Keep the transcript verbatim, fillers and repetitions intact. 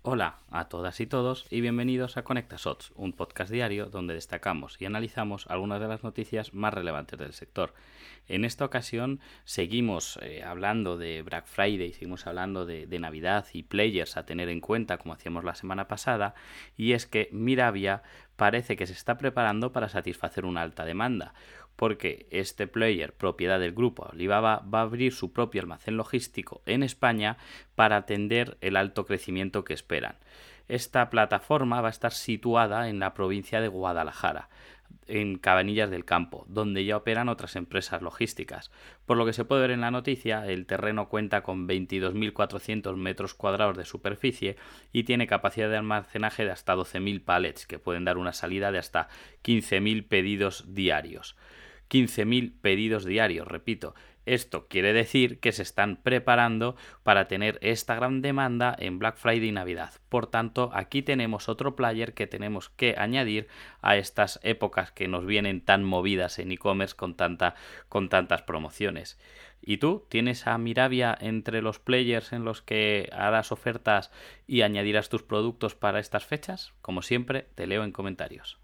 Hola a todas y todos y bienvenidos a ConectaShots, un podcast diario donde destacamos y analizamos algunas de las noticias más relevantes del sector. En esta ocasión seguimos eh, hablando de Black Friday, seguimos hablando de, de Navidad y players a tener en cuenta como hacíamos la semana pasada, y es que Miravia parece que se está preparando para satisfacer una alta demanda, porque este player, propiedad del grupo Alibaba, va a abrir su propio almacén logístico en España para atender el alto crecimiento que esperan. Esta plataforma va a estar situada en la provincia de Guadalajara, en Cabanillas del Campo, donde ya operan otras empresas logísticas. Por lo que se puede ver en la noticia, el terreno cuenta con veintidós mil cuatrocientos metros cuadrados de superficie y tiene capacidad de almacenaje de hasta doce mil pallets, que pueden dar una salida de hasta quince mil pedidos diarios. quince mil pedidos diarios, repito. Esto quiere decir que se están preparando para tener esta gran demanda en Black Friday y Navidad. Por tanto, aquí tenemos otro player que tenemos que añadir a estas épocas que nos vienen tan movidas en e-commerce con, tanta, con tantas promociones. ¿Y tú tienes a Miravia entre los players en los que harás ofertas y añadirás tus productos para estas fechas? Como siempre, te leo en comentarios.